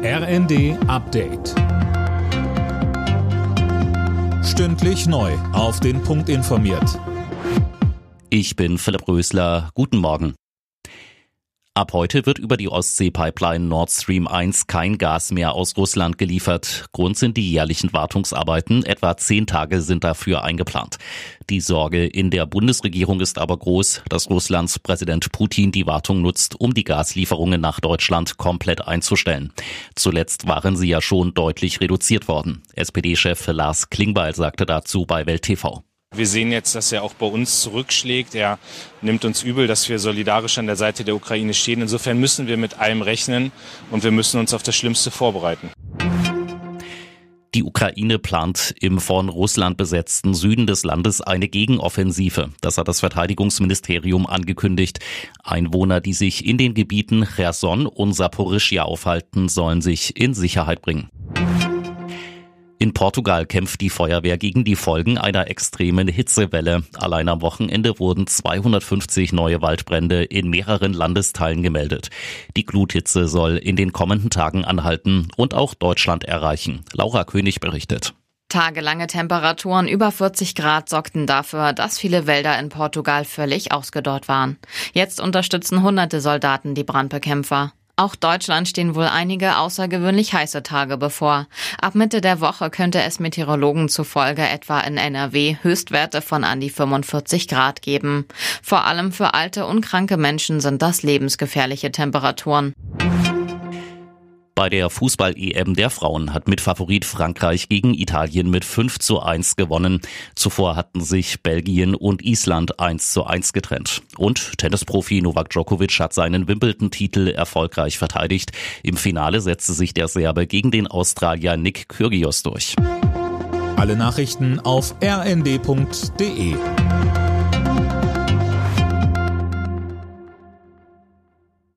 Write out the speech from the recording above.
RND Update. Stündlich neu auf den Punkt informiert. Ich bin Philipp Rösler. Guten Morgen. Ab heute wird über die Ostsee-Pipeline Nord Stream 1 kein Gas mehr aus Russland geliefert. Grund sind die jährlichen Wartungsarbeiten. Etwa 10 Tage sind dafür eingeplant. Die Sorge in der Bundesregierung ist aber groß, dass Russlands Präsident Putin die Wartung nutzt, um die Gaslieferungen nach Deutschland komplett einzustellen. Zuletzt waren sie ja schon deutlich reduziert worden. SPD-Chef Lars Klingbeil sagte dazu bei Welt TV. Wir sehen jetzt, dass er auch bei uns zurückschlägt. Er nimmt uns übel, dass wir solidarisch an der Seite der Ukraine stehen. Insofern müssen wir mit allem rechnen und wir müssen uns auf das Schlimmste vorbereiten. Die Ukraine plant im von Russland besetzten Süden des Landes eine Gegenoffensive. Das hat das Verteidigungsministerium angekündigt. Einwohner, die sich in den Gebieten Cherson und Saporischschja aufhalten, sollen sich in Sicherheit bringen. In Portugal kämpft die Feuerwehr gegen die Folgen einer extremen Hitzewelle. Allein am Wochenende wurden 250 neue Waldbrände in mehreren Landesteilen gemeldet. Die Gluthitze soll in den kommenden Tagen anhalten und auch Deutschland erreichen. Laura König berichtet. Tagelange Temperaturen über 40 Grad sorgten dafür, dass viele Wälder in Portugal völlig ausgedörrt waren. Jetzt unterstützen hunderte Soldaten die Brandbekämpfer. Auch Deutschland stehen wohl einige außergewöhnlich heiße Tage bevor. Ab Mitte der Woche könnte es Meteorologen zufolge etwa in NRW Höchstwerte von an die 45 Grad geben. Vor allem für alte und kranke Menschen sind das lebensgefährliche Temperaturen. Bei der Fußball-EM der Frauen hat Mitfavorit Frankreich gegen Italien mit 5:1 gewonnen. Zuvor hatten sich Belgien und Island 1:1 getrennt. Und Tennisprofi Novak Djokovic hat seinen Wimbledon-Titel erfolgreich verteidigt. Im Finale setzte sich der Serbe gegen den Australier Nick Kyrgios durch. Alle Nachrichten auf rnd.de.